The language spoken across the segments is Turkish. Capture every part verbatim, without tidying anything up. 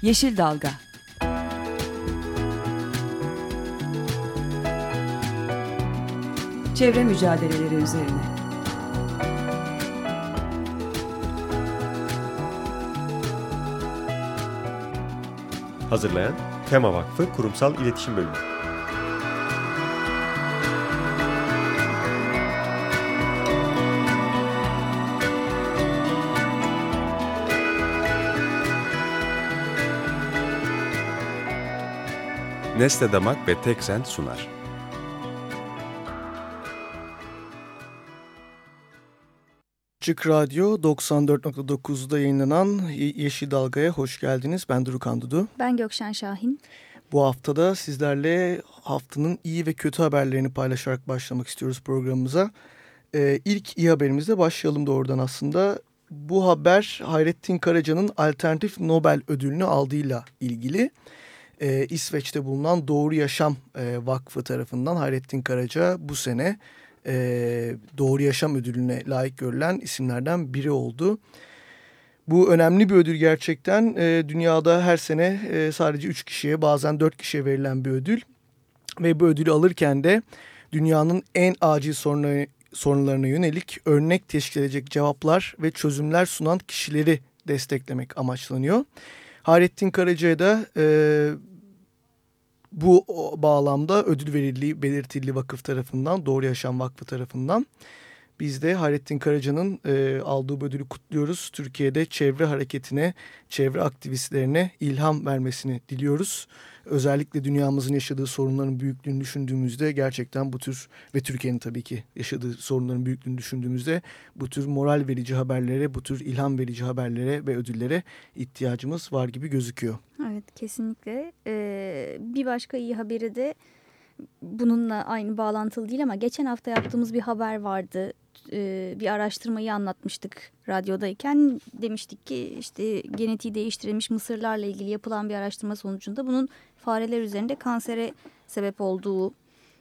Yeşil Dalga. Çevre mücadeleleri üzerine. Hazırlayan Tema Vakfı Kurumsal İletişim Bölümü. Nesle Damak ve Teksent sunar. Açık Radyo doksan dört nokta dokuzda yayınlanan Yeşil Dalga'ya hoş geldiniz. Ben Durukan Dudu. Ben Gökşen Şahin. Bu haftada sizlerle haftanın iyi ve kötü haberlerini paylaşarak başlamak istiyoruz programımıza. Ee, ilk iyi haberimizle başlayalım doğrudan aslında. Bu haber Hayrettin Karaca'nın Alternatif Nobel ödülünü aldığıyla ilgili. Ee, İsveç'te bulunan Doğru Yaşam e, Vakfı tarafından Hayrettin Karaca bu sene e, Doğru Yaşam ödülüne layık görülen isimlerden biri oldu. Bu önemli bir ödül gerçekten. E, dünyada her sene e, sadece üç kişiye, bazen dört kişiye verilen bir ödül. Ve bu ödülü alırken de dünyanın en acil sorunları, sorunlarına yönelik örnek teşkil edecek cevaplar ve çözümler sunan kişileri desteklemek amaçlanıyor. Hayrettin Karaca'ya da e, bu bağlamda ödül verildiği belirtildi vakıf tarafından, Doğru Yaşam Vakfı tarafından. Biz de Hayrettin Karaca'nın e, aldığı bu ödülü kutluyoruz. Türkiye'de çevre hareketine, çevre aktivistlerine ilham vermesini diliyoruz. Özellikle dünyamızın yaşadığı sorunların büyüklüğünü düşündüğümüzde gerçekten bu tür ve Türkiye'nin tabii ki yaşadığı sorunların büyüklüğünü düşündüğümüzde bu tür moral verici haberlere, bu tür ilham verici haberlere ve ödüllere ihtiyacımız var gibi gözüküyor. Evet, kesinlikle. Ee, bir başka iyi haberi de bununla aynı bağlantılı değil ama geçen hafta yaptığımız bir haber vardı. Ee, bir araştırmayı anlatmıştık radyodayken. Demiştik ki işte genetiği değiştirilmiş mısırlarla ilgili yapılan bir araştırma sonucunda bunun fareler üzerinde kansere sebep olduğu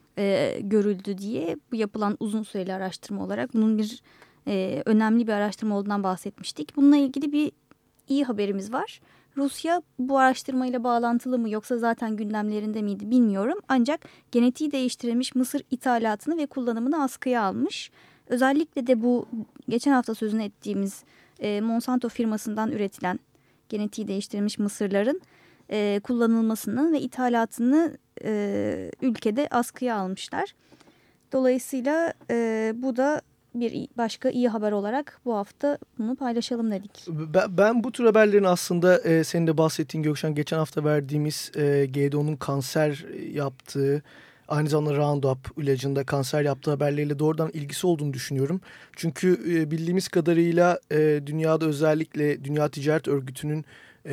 e, görüldü diye. Bu yapılan uzun süreli araştırma olarak bunun bir e, önemli bir araştırma olduğundan bahsetmiştik. Bununla ilgili bir iyi haberimiz var. Rusya bu araştırmayla bağlantılı mı yoksa zaten gündemlerinde miydi bilmiyorum. Ancak genetiği değiştirilmiş mısır ithalatını ve kullanımını askıya almış. Özellikle de bu geçen hafta sözünü ettiğimiz e, Monsanto firmasından üretilen genetiği değiştirilmiş mısırların e, kullanılmasını ve ithalatını e, ülkede askıya almışlar. Dolayısıyla e, bu da bir başka iyi haber olarak bu hafta bunu paylaşalım dedik. Ben, ben bu tür haberlerin aslında e, senin de bahsettiğin Gökşen geçen hafta verdiğimiz e, G D O'nun kanser yaptığı, aynı zamanda Roundup ilacında kanser yaptığı haberleriyle doğrudan ilgisi olduğunu düşünüyorum. Çünkü e, bildiğimiz kadarıyla e, dünyada özellikle Dünya Ticaret Örgütü'nün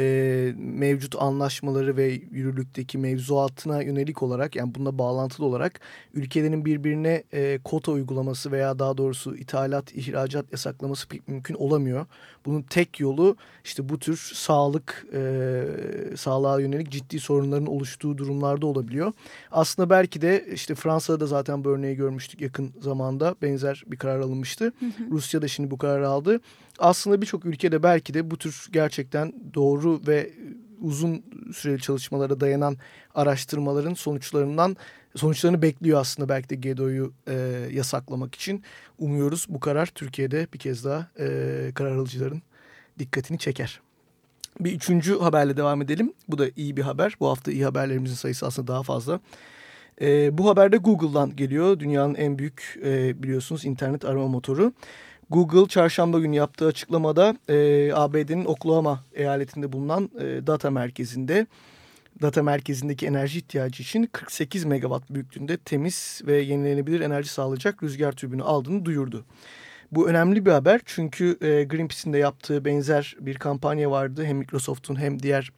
e, mevcut anlaşmaları ve yürürlükteki mevzuatına yönelik olarak, yani bununla bağlantılı olarak ülkelerin birbirine e, kota uygulaması veya daha doğrusu ithalat, ihracat yasaklaması pek mümkün olamıyor. Bunun tek yolu işte bu tür sağlık, e, sağlığa yönelik ciddi sorunların oluştuğu durumlarda olabiliyor. Aslında belki de işte Fransa'da da zaten bu örneği görmüştük yakın zamanda, benzer bir karar alınmıştı. Hı hı. Rusya da şimdi bu kararı aldı. Aslında birçok ülkede belki de bu tür gerçekten doğru ve uzun süreli çalışmalara dayanan araştırmaların sonuçlarından sonuçlarını bekliyor aslında belki de G D O'yu e, yasaklamak için. Umuyoruz bu karar Türkiye'de bir kez daha e, karar alıcıların dikkatini çeker. Bir üçüncü haberle devam edelim. Bu da iyi bir haber. Bu hafta iyi haberlerimizin sayısı aslında daha fazla. E, bu haber de Google'dan geliyor. Dünyanın en büyük e, biliyorsunuz internet arama motoru. Google çarşamba günü yaptığı açıklamada e, A B D'nin Oklahoma eyaletinde bulunan e, data merkezinde data merkezindeki enerji ihtiyacı için kırk sekiz megawatt büyüklüğünde temiz ve yenilenebilir enerji sağlayacak rüzgar türbini aldığını duyurdu. Bu önemli bir haber çünkü e, Greenpeace'in de yaptığı benzer bir kampanya vardı. Hem Microsoft'un hem diğer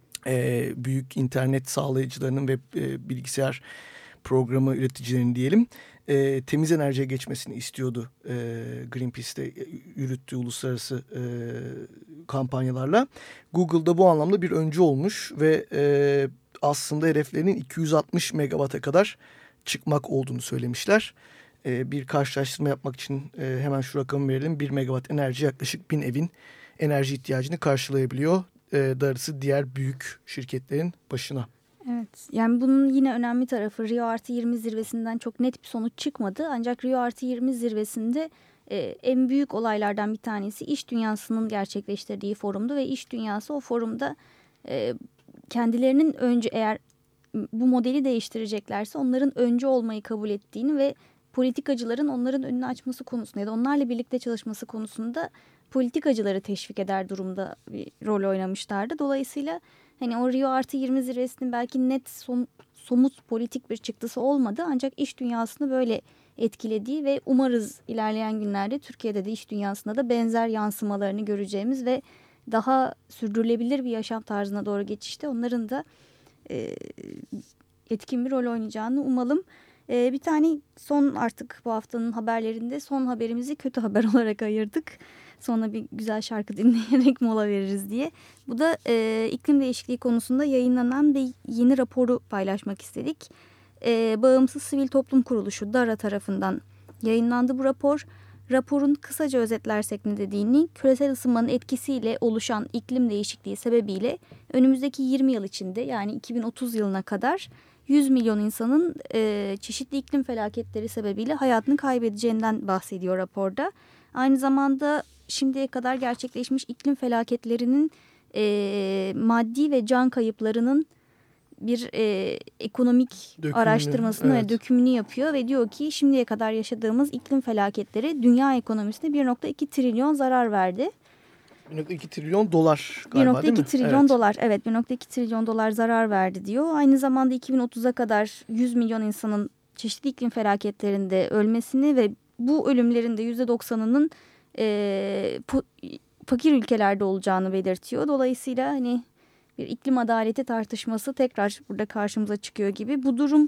e, büyük internet sağlayıcılarının ve e, bilgisayar programı üreticilerinin diyelim e, temiz enerjiye geçmesini istiyordu e, Greenpeace'te yürüttüğü uluslararası e, kampanyalarla. Google'da bu anlamda bir öncü olmuş ve e, aslında hedeflerinin iki yüz altmış megawatt'a kadar çıkmak olduğunu söylemişler. E, bir karşılaştırma yapmak için e, hemen şu rakamı verelim. bir megawatt enerji yaklaşık bin evin enerji ihtiyacını karşılayabiliyor. e, darısı diğer büyük şirketlerin başına. Evet, yani bunun yine önemli tarafı Rio Artı yirmi zirvesinden çok net bir sonuç çıkmadı. Ancak Rio Artı yirmi zirvesinde e, en büyük olaylardan bir tanesi iş dünyasının gerçekleştirdiği forumdu. Ve iş dünyası o forumda e, kendilerinin önce, eğer bu modeli değiştireceklerse onların öncü olmayı kabul ettiğini ve politikacıların onların önünü açması konusunda ya da onlarla birlikte çalışması konusunda politikacıları teşvik eder durumda bir rol oynamışlardı. Dolayısıyla hani o Rio Artı yirmi zirvesinin belki net som, somut politik bir çıktısı olmadı. Ancak iş dünyasını böyle etkilediği ve umarız ilerleyen günlerde Türkiye'de de iş dünyasında da benzer yansımalarını göreceğimiz ve daha sürdürülebilir bir yaşam tarzına doğru geçişte onların da e, etkin bir rol oynayacağını umalım. E, bir tane son artık bu haftanın haberlerinde son haberimizi kötü haber olarak ayırdık. Sonra bir güzel şarkı dinleyerek mola veririz diye. Bu da e, iklim değişikliği konusunda yayınlanan bir yeni raporu paylaşmak istedik. E, Bağımsız Sivil Toplum Kuruluşu DARA tarafından yayınlandı bu rapor. Raporun kısaca özetlersek ne dediğini, küresel ısınmanın etkisiyle oluşan iklim değişikliği sebebiyle önümüzdeki yirmi yıl içinde, yani iki bin otuz yılına kadar yüz milyon insanın e, çeşitli iklim felaketleri sebebiyle hayatını kaybedeceğinden bahsediyor raporda. Aynı zamanda şimdiye kadar gerçekleşmiş iklim felaketlerinin e, maddi ve can kayıplarının bir e, ekonomik Dökümünü, araştırmasını evet. ve dökümünü yapıyor ve diyor ki şimdiye kadar yaşadığımız iklim felaketleri dünya ekonomisine bir nokta iki trilyon zarar verdi. bir nokta iki trilyon dolar galiba değil mi? bir nokta iki trilyon evet. dolar, evet, bir nokta iki trilyon dolar zarar verdi diyor. Aynı zamanda iki bin otuza kadar yüz milyon insanın çeşitli iklim felaketlerinde ölmesini ve bu ölümlerin de yüzde doksanının e, fakir ülkelerde olacağını belirtiyor. Dolayısıyla hani bir iklim adaleti tartışması tekrar burada karşımıza çıkıyor gibi. Bu durum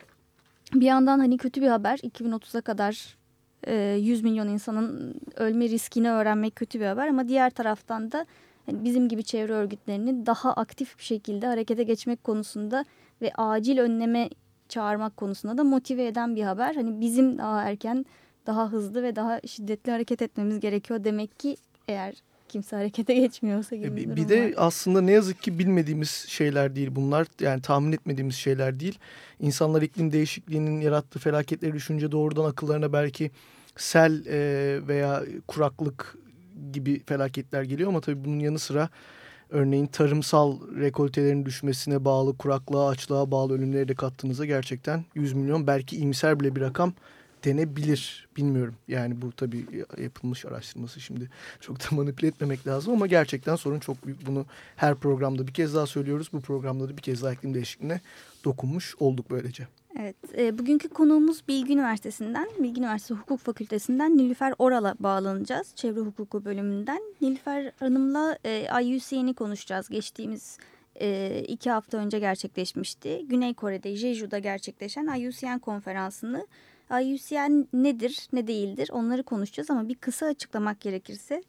bir yandan hani kötü bir haber. iki bin otuza kadar e, yüz milyon insanın ölme riskini öğrenmek kötü bir haber. Ama diğer taraftan da hani bizim gibi çevre örgütlerinin daha aktif bir şekilde harekete geçmek konusunda ve acil önleme çağırmak konusunda da motive eden bir haber. Hani bizim daha erken, daha hızlı ve daha şiddetli hareket etmemiz gerekiyor demek ki, eğer kimse harekete geçmiyorsa gibi bir durum Bir de var. aslında ne yazık ki bilmediğimiz şeyler değil bunlar. Yani tahmin etmediğimiz şeyler değil. İnsanlar iklim değişikliğinin yarattığı felaketleri düşünce doğrudan akıllarına belki sel e, veya kuraklık gibi felaketler geliyor. Ama tabii bunun yanı sıra örneğin tarımsal rekoltelerin düşmesine bağlı, kuraklığa, açlığa bağlı ölümleri de kattığınızda gerçekten yüz milyon, belki iyimser bile bir rakam denebilir. Bilmiyorum. Yani bu tabii yapılmış araştırması, şimdi çok da manipüle etmemek lazım ama gerçekten sorun çok büyük. Bunu her programda bir kez daha söylüyoruz. Bu programda da bir kez daha iklim değişikliğine dokunmuş olduk böylece. Evet, e, bugünkü konuğumuz Bilgi Üniversitesi'nden, Bilgi Üniversitesi Hukuk Fakültesinden Nilüfer Oral'a bağlanacağız. Çevre Hukuku bölümünden. Nilüfer Hanım'la e, I U C N'i konuşacağız. Geçtiğimiz e, iki hafta önce gerçekleşmişti. Güney Kore'de Jeju'da gerçekleşen I U C N konferansını. I U C N nedir, ne değildir onları konuşacağız ama bir kısa açıklamak gerekirse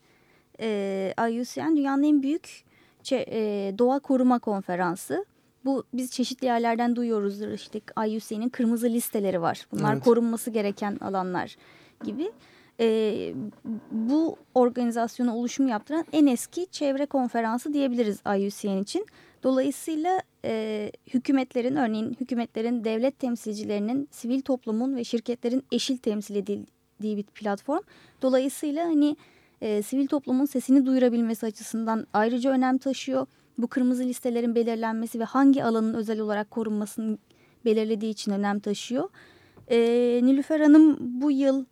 e, I U C N dünyanın en büyük e, doğa koruma konferansı. Bu biz çeşitli yerlerden duyuyoruzdur, işte I U C N'in kırmızı listeleri var. Bunlar evet. korunması gereken alanlar gibi. E, bu organizasyona oluşum yaptıran en eski çevre konferansı diyebiliriz I U C N için. Dolayısıyla e, hükümetlerin, örneğin hükümetlerin, devlet temsilcilerinin, sivil toplumun ve şirketlerin eşit temsil edildiği bir platform. Dolayısıyla hani e, sivil toplumun sesini duyurabilmesi açısından ayrıca önem taşıyor. Bu kırmızı listelerin belirlenmesi ve hangi alanın özel olarak korunmasını belirlediği için önem taşıyor. E, Nilüfer Hanım bu yıl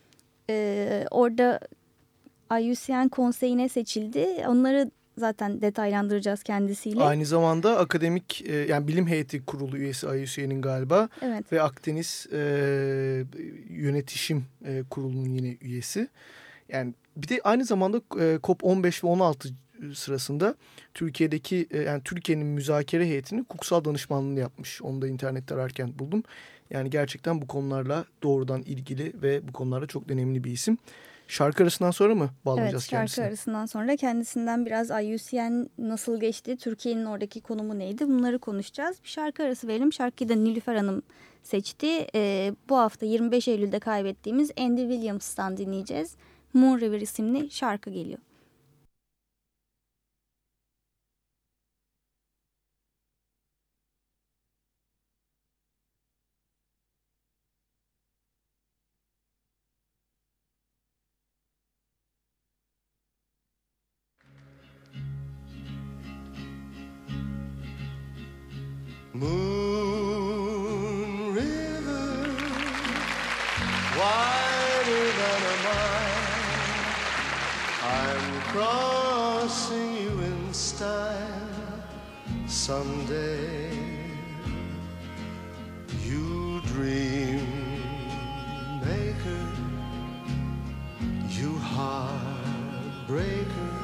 e, orada I U C N konseyine seçildi. Onları zaten detaylandıracağız kendisiyle. Aynı zamanda akademik e, yani bilim heyeti kurulu üyesi I U C N'in galiba. Evet. Ve Akdeniz e, yönetişim e, kurulunun yine üyesi. Yani bir de aynı zamanda e, COP on beş ve on altı sırasında Türkiye'deki e, yani Türkiye'nin müzakere heyetinin hukuksal danışmanlığını yapmış. Onu da internette ararken buldum. Yani gerçekten bu konularla doğrudan ilgili ve bu konularda çok deneyimli bir isim. Şarkı arasından sonra mı bağlanacağız kendisine? Evet, şarkı arasından sonra kendisinden biraz I U C N nasıl geçti, Türkiye'nin oradaki konumu neydi, bunları konuşacağız. Bir şarkı arası verelim. Şarkıyı da Nilüfer Hanım seçti. Ee, bu hafta yirmi beş Eylül'de kaybettiğimiz Andy Williams'tan dinleyeceğiz. Moon River isimli şarkı geliyor. Moon River, wider than a mile, I'm crossing you in style someday. You dream maker, you heartbreaker,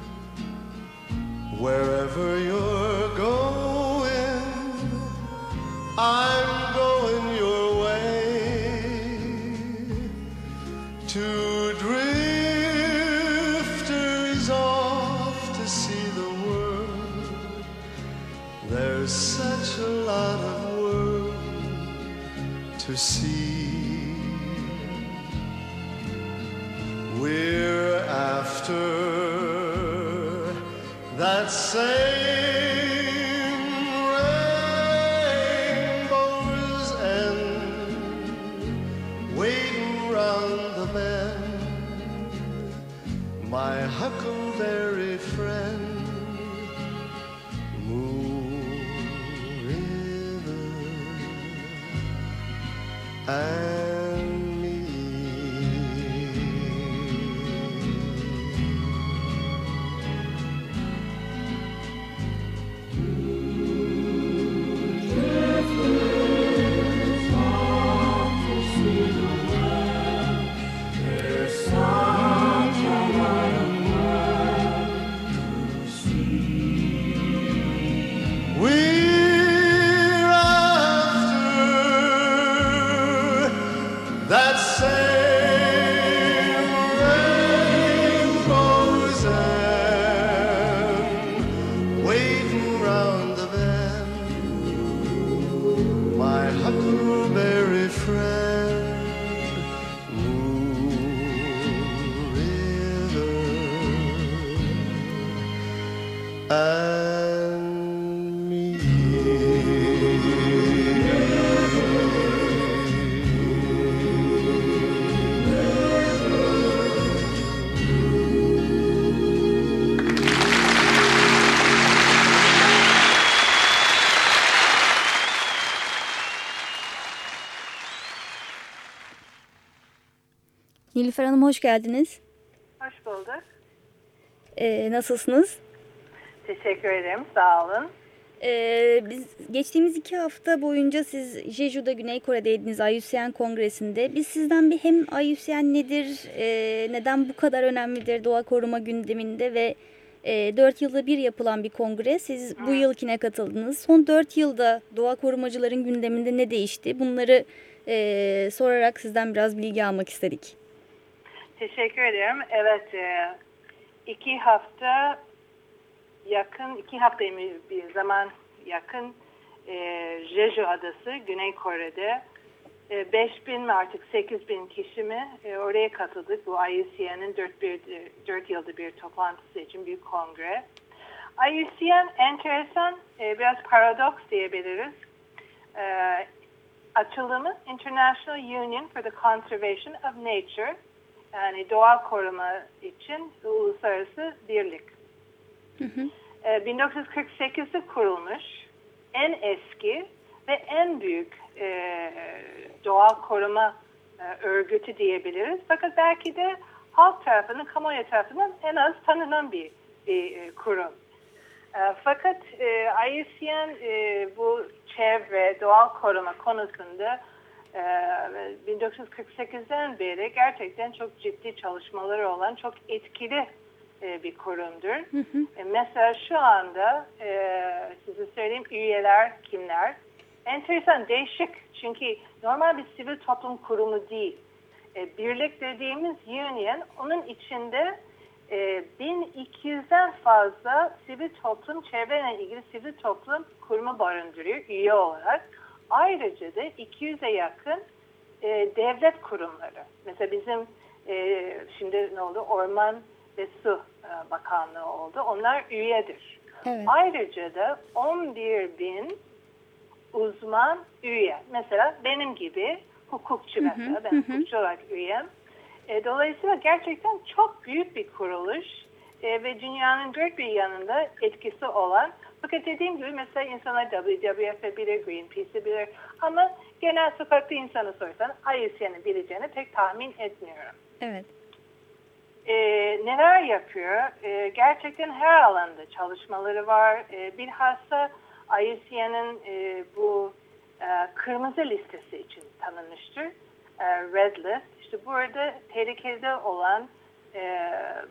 wherever you're going, I'm going your way. Two drifters off to see the world. There's such a lot of world to see. We're after that same rainbow's end, waiting round the bend, my huckleberry friend, Moon River, and me. We're after that same rainbow's end, waiting round the bend, my huckleberry friend, Moon River, and me. Nilüfer Hanım hoş geldiniz. Hoş bulduk. Ee, nasılsınız? Teşekkür ederim. Sağ olun. Ee, biz geçtiğimiz iki hafta boyunca siz Jeju'da Güney Kore'deydiniz I U C N Kongresi'nde. Biz sizden bir hem I U C N nedir, e, neden bu kadar önemlidir doğa koruma gündeminde ve e, dört yılda bir yapılan bir kongre. Siz bu yılkine katıldınız. Son dört yılda doğa korumacıların gündeminde ne değişti? Bunları e, sorarak sizden biraz bilgi almak istedik. Teşekkür ederim. Evet, iki hafta yakın, iki hafta bir zaman yakın Jeju Adası, Güney Kore'de beş bin mi artık sekiz bin kişi mi oraya katıldık. Bu I U C N'in dört yılda bir toplantısı için büyük kongre. I U C N enteresan, biraz paradoks diyebiliriz. Açılımı International Union for the Conservation of Nature, yani doğa koruma için uluslararası birlik. Hı hı. bin dokuz yüz kırk sekizde kurulmuş, en eski ve en büyük e, doğa koruma e, örgütü diyebiliriz. Fakat belki de halk tarafından, kamuoyu tarafından en az tanınan bir, bir e, kurum. E, fakat e, I U C N e, bu çevre, doğal koruma konusunda bin dokuz yüz kırk sekizden beri gerçekten çok ciddi çalışmaları olan çok etkili bir kurumdur. Hı hı. Mesela şu anda size söyleyeyim üyeler kimler? Enteresan, değişik. Çünkü normal bir sivil toplum kurumu değil. Birlik dediğimiz union, onun içinde bin iki yüzden fazla sivil toplum, çevreyle ilgili sivil toplum kurumu barındırıyor üye olarak. Ayrıca da iki yüze yakın e, devlet kurumları. Mesela bizim e, şimdi ne oldu? Orman ve Su e, Bakanlığı oldu. Onlar üyedir. Evet. Ayrıca da on bir bin uzman üye. Mesela benim gibi hukukçu mesela. Hı hı, ben hı. hukukçu olarak üyem. E, dolayısıyla gerçekten çok büyük bir kuruluş. e, ve dünyanın dört bir yanında etkisi olan, fakat dediğim gibi mesela insanlar W W F'i bilir, Greenpeace'i bilir ama genel sokakta insanı sorsan I U C N'in bileceğini pek tahmin etmiyorum. Evet. E, neler yapıyor? E, gerçekten her alanda çalışmaları var. E, bilhassa I U C N'in e, bu e, kırmızı listesi için tanınmıştır. E, Red List. İşte burada tehlikede olan e,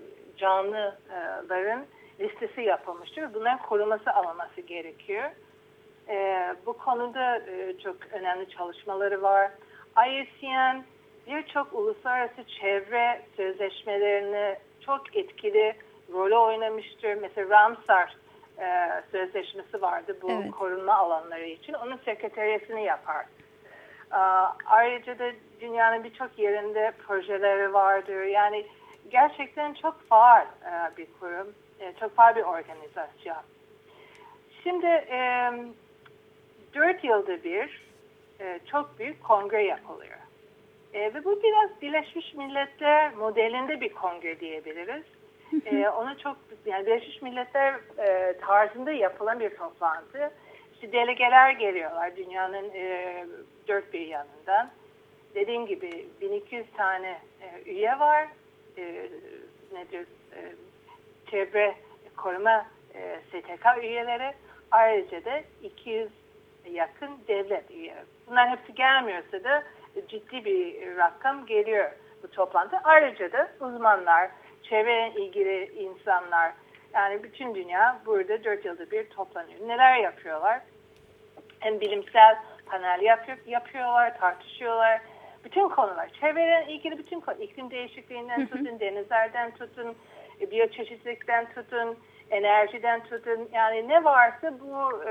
canlıların listesi yapılmıştır. Bunların koruması alınması gerekiyor. E, bu konuda e, çok önemli çalışmaları var. I U C N birçok uluslararası çevre sözleşmelerini çok etkili rolü oynamıştır. Mesela Ramsar e, sözleşmesi vardı bu evet. korunma alanları için. Onun sekreteriyesini yapar. E, ayrıca da dünyanın birçok yerinde projeleri vardır. Yani gerçekten çok faal e, bir kurum, e, çok faal bir organizasyon. Şimdi e, dört yılda bir e, çok büyük kongre yapılıyor. E, ve bu biraz Birleşmiş Milletler modelinde bir kongre diyebiliriz. E, onu çok yani Birleşmiş Milletler e, tarzında yapılan bir toplantı. İşte delegeler geliyorlar dünyanın e, dört bir yanından. Dediğim gibi bin iki yüz tane e, üye var. E, nedir? E, çevre koruma e, S T K üyeleri. Ayrıca da iki yüz yakın devlet üyeleri. Bunlar hepsi gelmiyorsa da ciddi bir rakam geliyor bu toplantı. Ayrıca da uzmanlar, çevreyle ilgili insanlar, yani bütün dünya burada dört yılda bir toplanıyor. Neler yapıyorlar? Hem bilimsel panel yapıyor, yapıyorlar, tartışıyorlar. Bütün konular, çevreyle ilgili bütün konular, iklim değişikliğinden tutun, denizlerden tutun, biyoçeşitlilikten tutun, enerjiden tutun. Yani ne varsa bu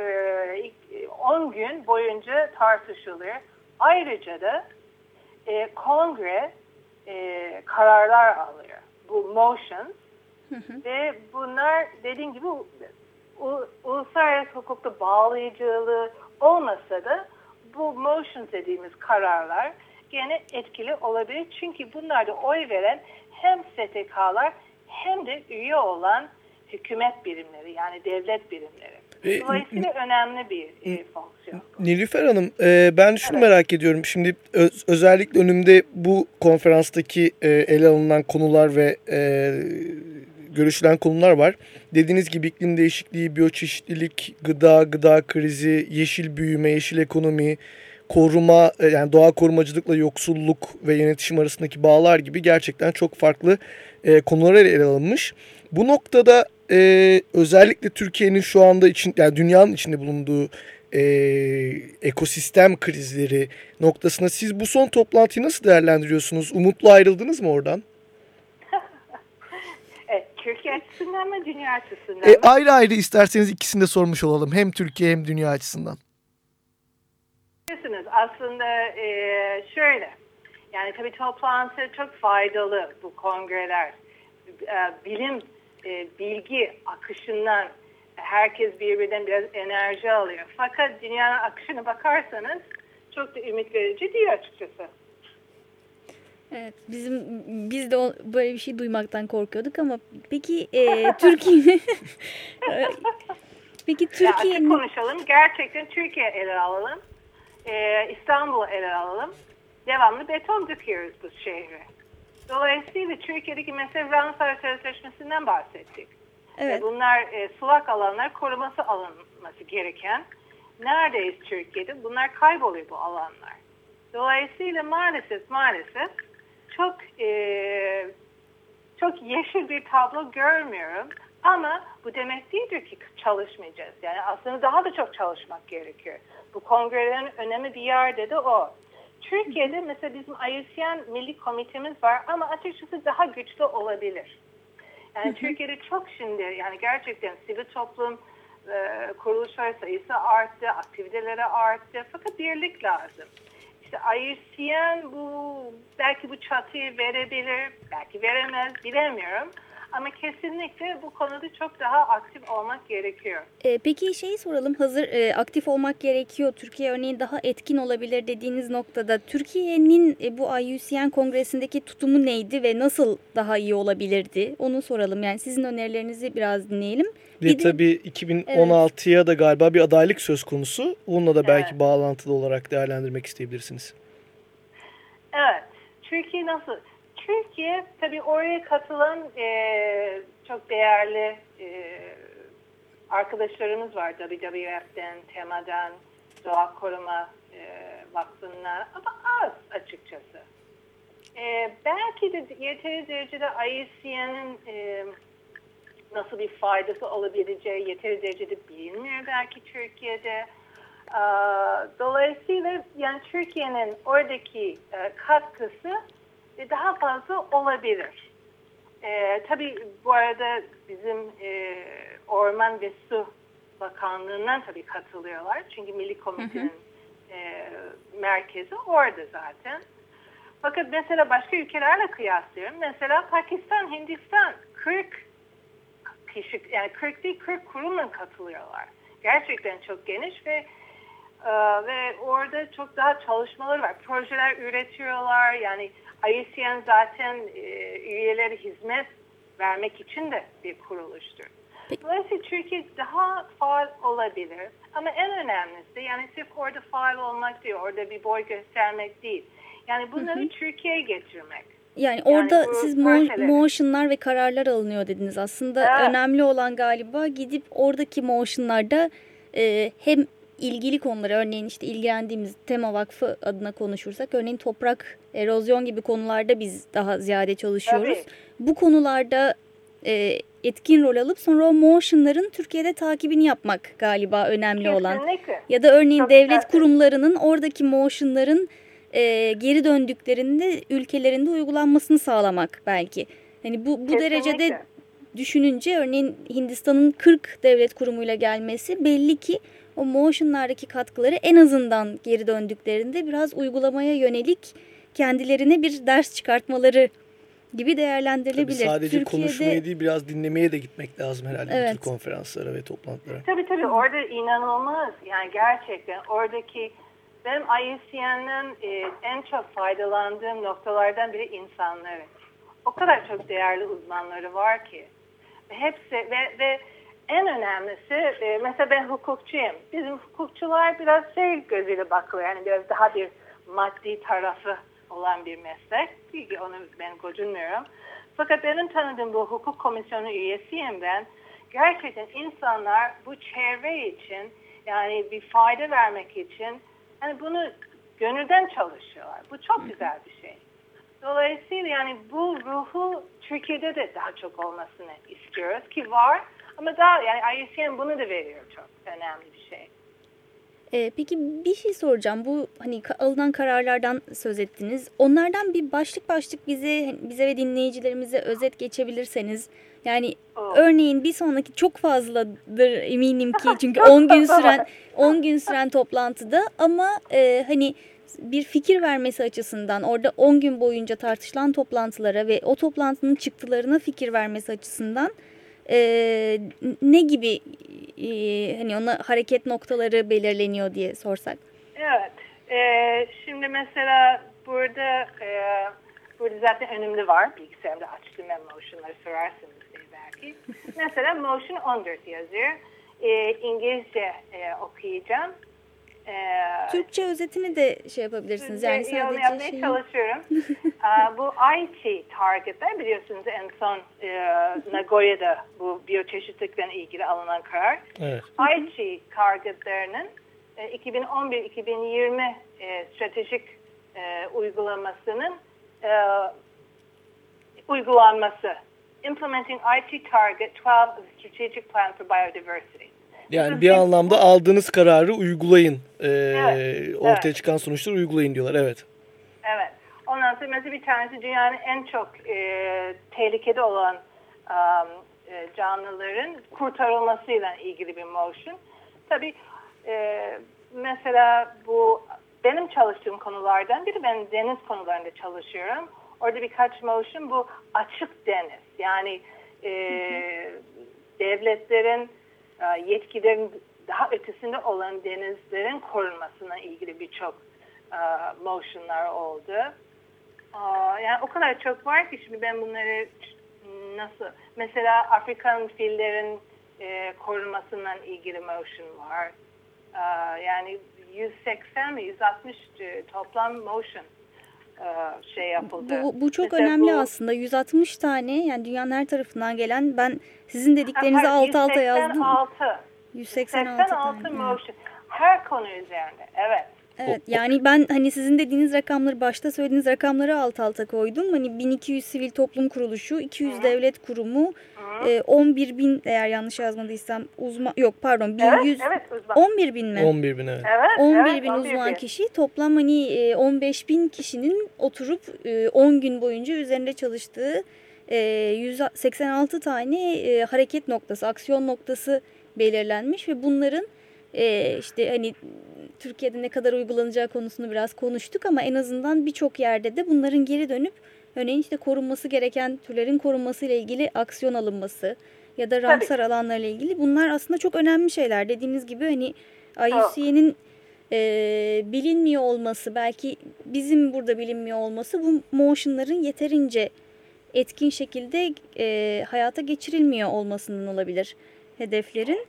on gün boyunca tartışılıyor. Ayrıca da e, kongre e, kararlar alıyor. Bu motions hı hı. Ve bunlar dediğim gibi u, u, uluslararası hukukta bağlayıcılığı olmasa da bu motions dediğimiz kararlar gene etkili olabilir. Çünkü bunlarda oy veren hem S T K'lar hem de üye olan hükümet birimleri yani devlet birimleri. Dolayısıyla e, önemli bir e, fonksiyon. Nilüfer Hanım, e, ben şunu evet. merak ediyorum. Şimdi öz, özellikle önümde bu konferanstaki e, ele alınan konular ve e, görüşülen konular var. Dediğiniz gibi iklim değişikliği, biyoçeşitlilik, gıda, gıda krizi, yeşil büyüme, yeşil ekonomi, koruma, e, yani doğa korumacılıkla yoksulluk ve yönetişim arasındaki bağlar gibi gerçekten çok farklı e, konular ele alınmış. Bu noktada Ee, özellikle Türkiye'nin şu anda için, yani dünyanın içinde bulunduğu e, ekosistem krizleri noktasında siz bu son toplantıyı nasıl değerlendiriyorsunuz? Umutlu ayrıldınız mı oradan? evet, Türkiye açısından mı, dünya açısından e, mı? Ayrı ayrı isterseniz ikisini de sormuş olalım. Hem Türkiye hem dünya açısından. Aslında e, şöyle, yani tabii toplantı çok faydalı bu kongreler. E, bilim E, bilgi akışından herkes birbirinden biraz enerji alıyor. Fakat dünyanın akışına bakarsanız çok da ümit verici değil açıkçası. Evet, bizim biz de o, böyle bir şey duymaktan korkuyorduk ama peki e, Türkiye peki Türkiye'nin konuşalım. Gerçekten Türkiye ele alalım. E, İstanbul'u ele alalım. Devamlı beton döküyoruz bu şehre. Dolayısıyla Türkiye'deki mesela Ramsar Sözleşmesi'nden bahsettik. Evet. Bunlar e, sulak alanlar koruması alınması gereken. Neredeyiz Türkiye'de? Bunlar kayboluyor bu alanlar. Dolayısıyla maalesef maalesef çok e, çok yeşil bir tablo görmüyorum. Ama bu demek değildir ki çalışmayacağız. Yani aslında daha da çok çalışmak gerekiyor. Bu kongrelerin önemli bir yerde de o. Türkiye'de mesela bizim I U C N Milli Komitemiz var ama açıkçası daha güçlü olabilir. Yani hı hı. Türkiye'de çok şimdi yani gerçekten sivil toplum e, kuruluşlar sayısı arttı, aktiviteleri arttı fakat birlik lazım. İşte I U C N bu belki bu çatıyı verebilir, belki veremez bilemiyorum Ama kesinlikle bu konuda çok daha aktif olmak gerekiyor. E, peki şeyi soralım, hazır e, aktif olmak gerekiyor, Türkiye örneğin daha etkin olabilir dediğiniz noktada Türkiye'nin e, bu I U C N kongresindeki tutumu neydi ve nasıl daha iyi olabilirdi? Onu soralım. Yani sizin önerilerinizi biraz dinleyelim. Ve Bir de, tabii iki bin on altıya evet. da galiba bir adaylık söz konusu. Onunla da belki evet. bağlantılı olarak değerlendirmek isteyebilirsiniz. Evet. Türkiye nasıl? Türkiye tabii oraya katılan e, çok değerli e, arkadaşlarımız var. W W F'den, TEMA'dan, Doğa Koruma e, Vakfı'ndan ama az açıkçası. E, belki de yeteri derecede I U C N'in e, nasıl bir faydası olabileceği yeteri derecede bilinmiyor belki Türkiye'de. E, dolayısıyla yani Türkiye'nin oradaki e, katkısı daha fazla olabilir. Ee, tabii bu arada bizim e, Orman ve Su Bakanlığı'ndan tabii katılıyorlar. Çünkü Milli Komitenin e, merkezi orada zaten. Fakat mesela başka ülkelerle kıyaslıyorum. Mesela Pakistan, Hindistan kırk kişi, yani kırk değil kırk kurumla katılıyorlar. Gerçekten çok geniş ve e, ve orada çok daha çalışmaları var. Projeler üretiyorlar. Yani I U C N zaten e, üyeleri hizmet vermek için de bir kuruluştur. Dolayısıyla Türkiye daha faal olabilir. Ama en önemlisi yani sırf orada faal olmak değil, orada bir boy göstermek değil. Yani bunları hı hı. Türkiye'ye getirmek. Yani, yani orada siz mo- motionlar ve kararlar alınıyor dediniz. Aslında evet. önemli olan galiba gidip oradaki motionlarda e, hem ilgili konuları, örneğin işte ilgilendiğimiz Tema Vakfı adına konuşursak, örneğin toprak, erozyon gibi konularda biz daha ziyade çalışıyoruz. Tabii. Bu konularda e, etkin rol alıp sonra o motionların Türkiye'de takibini yapmak galiba önemli Kesinlikle. olan. Ya da örneğin Çok devlet güzel. kurumlarının oradaki motionların e, geri döndüklerinde ülkelerinde uygulanmasını sağlamak belki. Yani bu, bu derecede düşününce örneğin Hindistan'ın kırk devlet kurumuyla gelmesi belli ki o motionlardaki katkıları en azından geri döndüklerinde biraz uygulamaya yönelik kendilerine bir ders çıkartmaları gibi değerlendirilebilir. Tabii sadece Türkiye'de... konuşmaya değil biraz dinlemeye de gitmek lazım herhalde evet. bu tür konferanslara ve toplantılara. Tabii tabii orada inanılmaz yani gerçekten oradaki benim I U C N'den e, en çok faydalandığım noktalardan biri insanları. O kadar çok değerli uzmanları var ki hepsi ve, ve en önemlisi e, mesela ben hukukçuyum. Bizim hukukçular biraz şey gözüyle bakıyor. Yani biraz daha bir maddi tarafı olan bir meslek. Çünkü onu ben gocunmuyorum. Fakat benim tanıdığım bu hukuk komisyonu üyesiyim ben. Gerçekten insanlar bu çevre için yani bir fayda vermek için yani bunu gönülden çalışıyorlar. Bu çok güzel bir şey. Dolayısıyla yani bu ruhu Türkiye'de de daha çok olmasını istiyoruz ki var. Ama daha yani I U C N bunu da veriyor, çok önemli bir şey. Ee, peki bir şey soracağım. Bu hani alınan kararlardan söz ettiniz. Onlardan bir başlık başlık bize bize ve dinleyicilerimize özet geçebilirseniz. Yani oh. örneğin bir sonraki çok fazladır eminim ki çünkü on gün süren on gün süren toplantıda ama e, hani bir fikir vermesi açısından orada on gün boyunca tartışılan toplantılara ve o toplantının çıktılarına fikir vermesi açısından Ee, ne gibi e, hani ona hareket noktaları belirleniyor diye sorsak. Evet. E, şimdi mesela burada e, burada zaten önümde var. Bilgisayarımda açtım ben motionları sorarsınız diye belki. Mesela motion on dört yazıyor. E, İngilizce e, okuyacağım. Ee, Türkçe özetini de şey yapabilirsiniz. Yani sadece yapmaya şeyi... çalışıyorum. uh, bu I T targetler biliyorsunuz en son uh, Nagoya'da bu biyoçeşitlilikten ilgili alınan karar. Evet. I T targetlerinin uh, iki bin on bir iki bin yirmi uh, stratejik uh, uygulamasının uh, uygulanması. Implementing I T Target on two of the Strategic Plan for Biodiversity. Yani bir anlamda aldığınız kararı uygulayın. Ee, evet, ortaya evet. çıkan sonuçları uygulayın diyorlar. Evet. Evet. Ondan sonra mesela bir tanesi dünyanın en çok e, tehlikede olan um, e, canlıların kurtarılmasıyla ilgili bir motion. Tabii e, mesela bu benim çalıştığım konulardan biri. Ben deniz konularında çalışıyorum. Orada birkaç motion bu açık deniz. Yani e, devletlerin e, yetkilerin daha ötesinde olan denizlerin korunmasına ilgili birçok e, motionlar oldu. E, yani o kadar çok var ki şimdi ben bunları nasıl, mesela Afrikan fillerin e, korunmasından ilgili motion var. E, yani yüz seksen mi yüz altmış toplam motion e, şey yapıldı. Bu, bu çok mesela önemli bu, aslında. yüz altmış tane, yani dünyanın her tarafından gelen, ben sizin dediklerinizi ha, alt alta yazdım. yüz seksen altı yüz seksen altı tane. motion. Her konu üzerinde. Evet. Evet, yani ben hani sizin dediğiniz rakamları, başta söylediğiniz rakamları alt alta koydum. Hani bin iki yüz sivil toplum kuruluşu, iki yüz Hı. devlet kurumu, e, on bir bin, eğer yanlış yazmadıysam uzman, yok pardon bin yüz, evet, evet, on bir bin mi? on bir bin evet. Evet, on bir evet, bin on bir uzman bin. kişi, toplam hani on beş bin kişinin oturup on gün boyunca üzerinde çalıştığı yüz seksen altı tane hareket noktası, aksiyon noktası belirlenmiş ve bunların işte hani Türkiye'de ne kadar uygulanacağı konusunu biraz konuştuk ama en azından birçok yerde de bunların geri dönüp örneğin işte korunması gereken türlerin korunması ile ilgili aksiyon alınması ya da Ramsar alanlarıyla ilgili, bunlar aslında çok önemli şeyler. Dediğiniz gibi hani I U C N'in e, bilinmiyor olması, belki bizim burada bilinmiyor olması, bu motionların yeterince etkin şekilde e, hayata geçirilmiyor olmasının olabilir hedeflerin.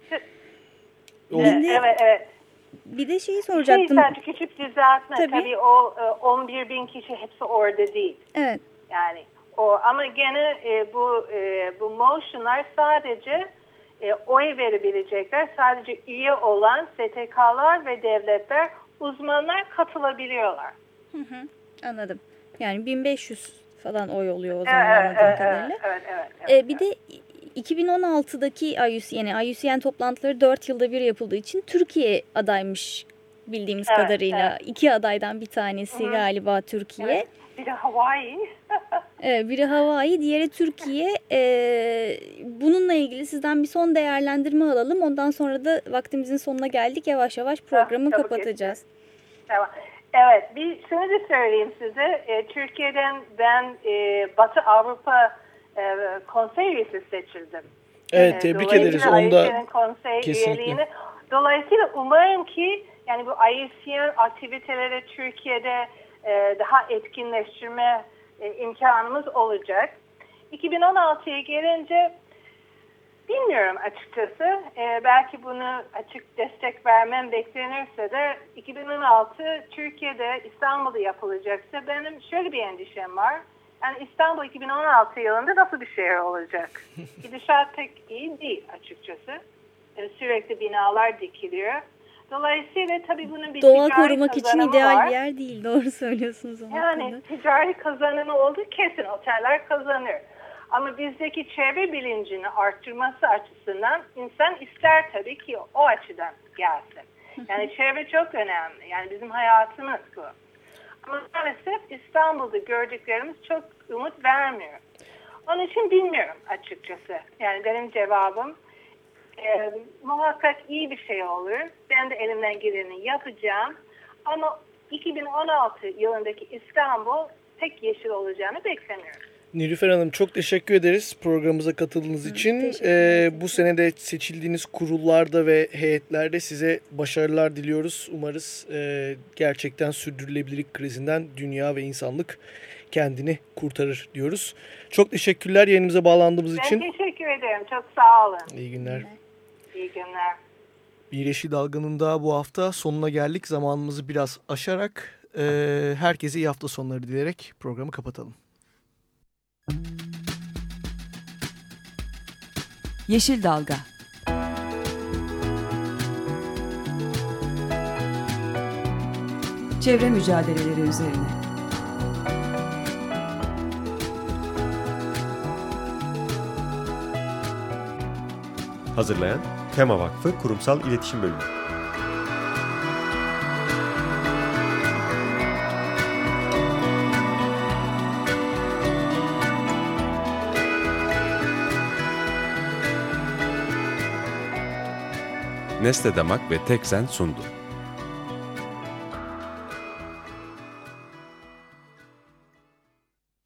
Evet, evet, evet. Bir de şeyi soracaktım. Şey, sadece küçük düzeltme. Tabii. Tabii o on bir bin kişi hepsi orada değil. Evet. Yani o, ama gene e, bu e, bu motionlar sadece e, oy verebilecekler. Sadece üye olan S T K'lar ve devletler, uzmanlar katılabiliyorlar. Hı hı, anladım. Yani bin beş yüz falan oy oluyor o zaman, evet, anladığım evet, kadarıyla. Evet, evet, evet, ee, bir de iki bin on altıdaki I U C N, yani I U C N toplantıları dört yılda bir yapıldığı için Türkiye adaymış bildiğimiz evet, kadarıyla. Evet. İki adaydan bir tanesi Hı-hı. galiba Türkiye. Evet. Bir de Hawaii. Evet, biri Hawaii, diğeri Türkiye. Ee, bununla ilgili sizden bir son değerlendirme alalım. Ondan sonra da vaktimizin sonuna geldik. Yavaş yavaş programı Çabuk kapatacağız. Geçti. Tamam. Evet, bir şunu da söyleyeyim size. E, Türkiye'den ben e, Batı Avrupa e, konsey üyesi seçildim. Evet, tebrik ederiz. Onda konsey kesinlikle. Üyeliğini. Dolayısıyla umarım ki yani bu I U C N aktiviteleri Türkiye'de e, daha etkinleştirme e, imkanımız olacak. iki bin on altıya gelince bilmiyorum açıkçası. Ee, belki bunu açık destek vermem beklenirse de iki bin on altı Türkiye'de, İstanbul'da yapılacaksa benim şöyle bir endişem var. Yani İstanbul iki bin on altı yılında nasıl bir şehir olacak? Gidişat pek iyi değil açıkçası. Ee, sürekli binalar dikiliyor. Dolayısıyla tabii bunun bir doğa ticari korumak için kazanımı ideal var. bir yer değil. Doğru söylüyorsunuz. Yani hakkında. Ticari kazanımı oldu kesin, oteller kazanır. Ama bizdeki çevre bilincini arttırması açısından insan ister tabii ki o açıdan gelsin. Yani çevre çok önemli. Yani bizim hayatımız bu. Ama maalesef İstanbul'da gördüklerimiz çok umut vermiyor. Onun için bilmiyorum açıkçası. Yani benim cevabım e, muhakkak iyi bir şey olur. Ben de elimden geleni yapacağım. Ama iki bin on altı yılındaki İstanbul pek yeşil olacağını beklemiyorum. Nilüfer Hanım, çok teşekkür ederiz programımıza katıldığınız için. Ee, bu sene de seçildiğiniz kurullarda ve heyetlerde size başarılar diliyoruz. Umarız e, gerçekten sürdürülebilirlik krizinden dünya ve insanlık kendini kurtarır diyoruz. Çok teşekkürler yayınımıza bağlandığımız ben için. Ben teşekkür ederim. Çok sağ olun. İyi günler. İyi günler. Bir Yeşil Dalga'nın daha bu hafta sonuna geldik. Zamanımızı biraz aşarak e, herkese iyi hafta sonları dileyerek programı kapatalım. Yeşil Dalga. Çevre mücadeleleri üzerine. Hazırlayan Tema Vakfı Kurumsal İletişim Bölümü. Nesle Damak ve Teksen sundu.